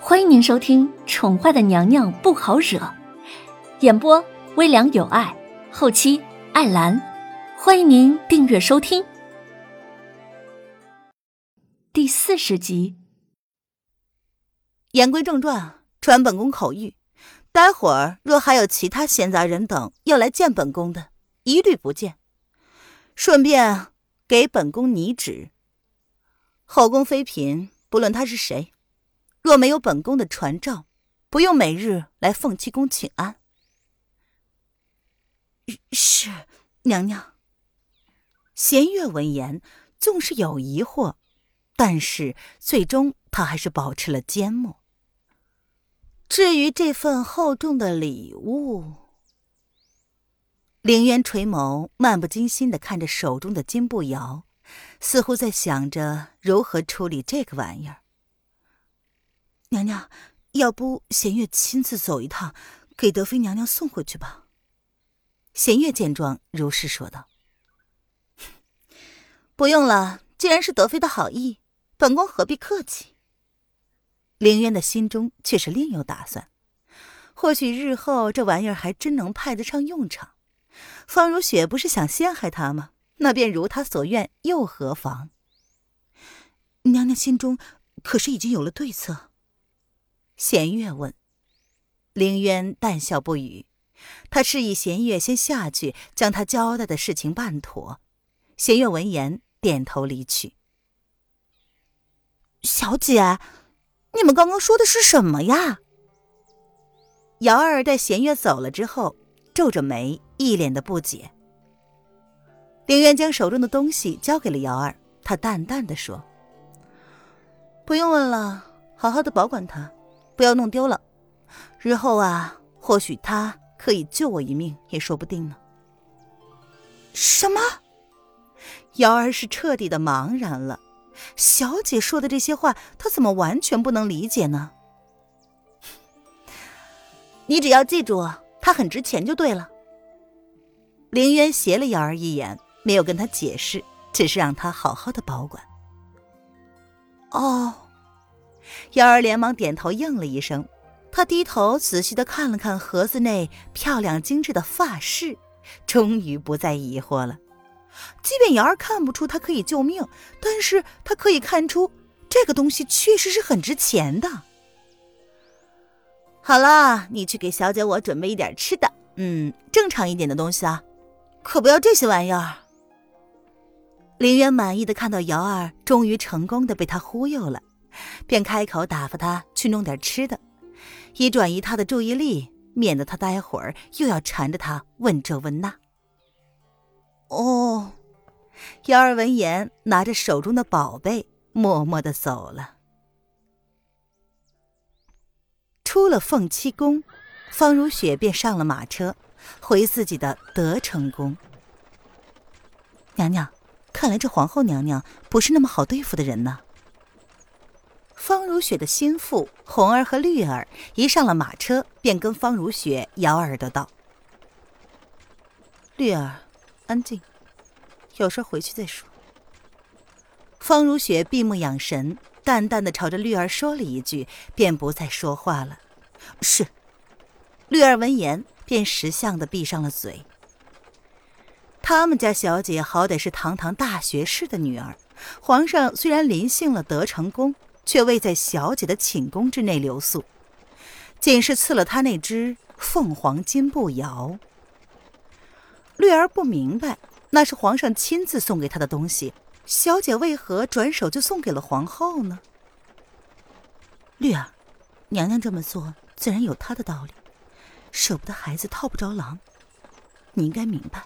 欢迎您收听《宠坏的娘娘不好惹》，演播微凉有爱，后期艾兰。欢迎您订阅收听。第40集。 言归正传，传本宫口谕，待会儿若还有其他闲杂人等要来见本宫的，一律不见。顺便给本宫拟旨，后宫妃嫔，不论他是谁，若没有本宫的传召，不用每日来凤栖宫请安。是，娘娘。弦月闻言，纵是有疑惑，但是最终他还是保持了缄默。至于这份厚重的礼物，凌渊垂眸，漫不经心地看着手中的金步摇，似乎在想着如何处理这个玩意儿。娘娘，要不弦月亲自走一趟，给德妃娘娘送回去吧。弦月见状，如是说道。不用了，既然是德妃的好意，本宫何必客气。凌渊的心中却是另有打算，或许日后这玩意儿还真能派得上用场。方如雪不是想陷害他吗？那便如他所愿，又何妨？娘娘心中可是已经有了对策？弦月问。凌渊淡笑不语，他示意弦月先下去，将他交代的事情办妥。弦月闻言，点头离去。小姐，你们刚刚说的是什么呀？瑶儿待弦月走了之后，皱着眉，一脸的不解。凌渊将手中的东西交给了瑶儿，他淡淡的说：不用问了，好好的保管它，不要弄丢了。日后啊，或许它可以救我一命也说不定呢。什么？瑶儿是彻底的茫然了，小姐说的这些话，她怎么完全不能理解呢？你只要记住，它很值钱就对了。凌渊斜了瑶儿一眼，没有跟她解释，只是让她好好的保管。哦，瑶儿连忙点头应了一声，她低头仔细地看了看盒子内漂亮精致的发饰，终于不再疑惑了。即便瑶儿看不出它可以救命，但是她可以看出这个东西确实是很值钱的。好了，你去给小姐我准备一点吃的，正常一点的东西啊，可不要这些玩意儿。凌渊满意的看到瑶儿终于成功的被他忽悠了，便开口打发他去弄点吃的，以转移他的注意力，免得他待会儿又要缠着他问这问那。哦，瑶儿闻言，拿着手中的宝贝，默默地走了。出了凤栖宫，方如雪便上了马车，回自己的德成宫。娘娘，看来这皇后娘娘不是那么好对付的人呢。方如雪的心腹红儿和绿儿一上了马车，便跟方如雪咬耳朵道：绿儿，安静，有事回去再说。方如雪闭目养神，淡淡的朝着绿儿说了一句，便不再说话了。是。绿儿闻言便识相的闭上了嘴。他们家小姐好歹是堂堂大学士的女儿，皇上虽然临幸了德成宫，却未在小姐的寝宫之内留宿，仅是赐了她那只凤凰金步摇。绿儿不明白，那是皇上亲自送给她的东西，小姐为何转手就送给了皇后呢？绿儿，娘娘这么做自然有她的道理，舍不得孩子套不着狼，你应该明白。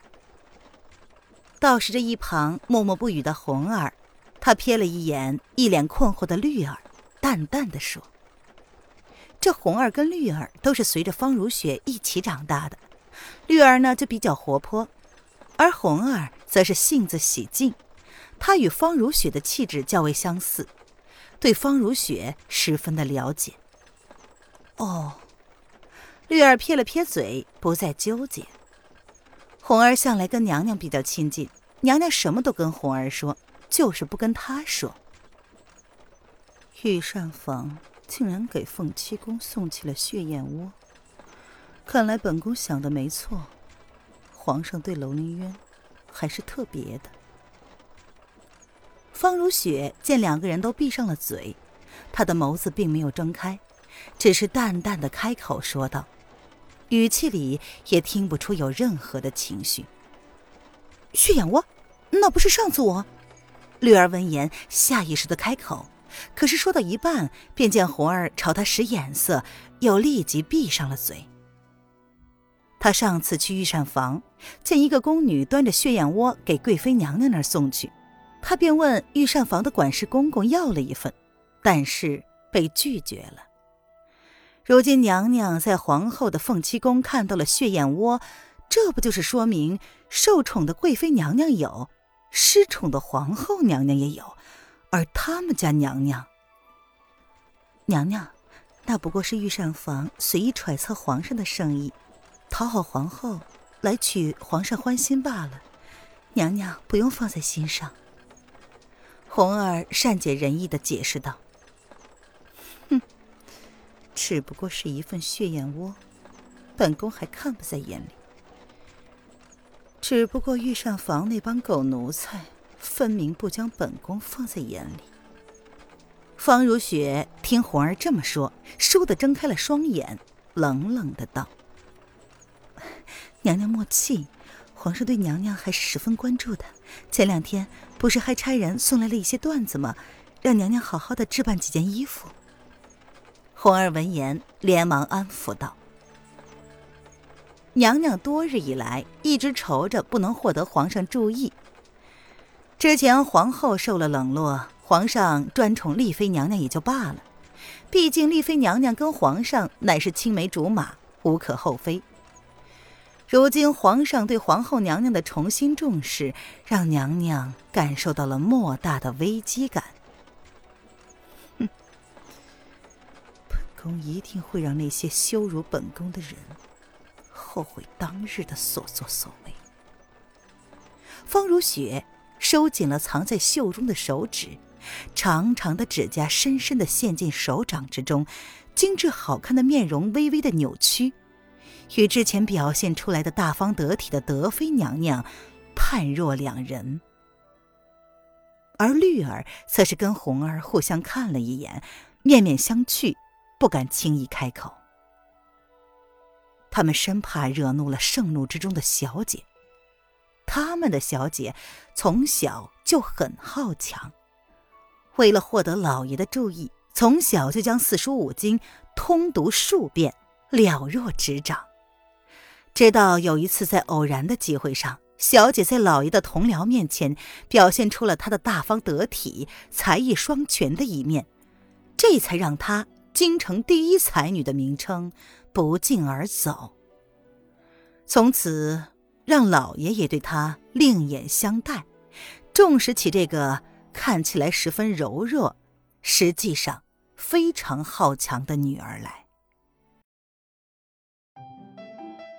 倒是这一旁默默不语的红儿，她瞥了一眼一脸困惑的绿儿，淡淡的说：这红儿跟绿儿都是随着方如雪一起长大的，绿儿呢就比较活泼，而红儿则是性子喜静，她与方如雪的气质较为相似，对方如雪十分的了解。哦，绿儿撇了撇嘴，不再纠结。红儿向来跟娘娘比较亲近，娘娘什么都跟红儿说，就是不跟她说。御膳房竟然给凤七公送去了血燕窝。看来本宫想的没错，皇上对楼凌渊还是特别的。方如雪见两个人都闭上了嘴，她的眸子并没有睁开，只是淡淡的开口说道，语气里也听不出有任何的情绪。血燕窝？那不是上次我……绿儿闻言下意识的开口，可是说到一半，便见红儿朝他使眼色，又立即闭上了嘴。他上次去御膳房，见一个宫女端着血燕窝给贵妃娘娘那儿送去，他便问御膳房的管事公公要了一份，但是被拒绝了。如今娘娘在皇后的凤七宫看到了血燕窝，这不就是说明受宠的贵妃娘娘有，失宠的皇后娘娘也有，而他们家娘娘……娘娘，那不过是御膳房随意揣测皇上的圣意，讨好皇后，来取皇上欢心罢了，娘娘不用放在心上。红儿善解人意地解释道：“哼，只不过是一份血燕窝，本宫还看不在眼里。只不过御膳房那帮狗奴才，分明不将本宫放在眼里。”方如雪听红儿这么说，倏地睁开了双眼，冷冷的道：“娘娘莫气，皇上对娘娘还是十分关注的。前2天不是还差人送来了一些缎子吗？让娘娘好好的置办几件衣服。”红儿闻言连忙安抚道：“娘娘多日以来一直愁着不能获得皇上注意。之前皇后受了冷落，皇上专宠丽妃娘娘也就罢了，毕竟丽妃娘娘跟皇上乃是青梅竹马，无可厚非。如今皇上对皇后娘娘的重新重视，让娘娘感受到了莫大的危机感。哼，本宫一定会让那些羞辱本宫的人后悔当日的所作所为。方如雪收紧了藏在袖中的手指，长长的指甲深深地陷进手掌之中，精致好看的面容微微的扭曲，与之前表现出来的大方得体的德妃娘娘判若两人。而绿儿则是跟红儿互相看了一眼，面面相觑，不敢轻易开口。他们生怕惹怒了盛怒之中的小姐，他们的小姐从小就很好强，为了获得老爷的注意，从小就将4书5经通读数遍，了若指掌。直到有一次在偶然的机会上，小姐在老爷的同僚面前表现出了她的大方得体、才艺双全的一面，这才让她京城第一才女的名称不胫而走。从此让老爷也对她另眼相待，重视起这个看起来十分柔弱，实际上非常好强的女儿来。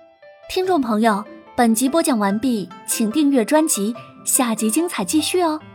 听众朋友，本集播讲完毕，请订阅专辑，下集精彩继续哦。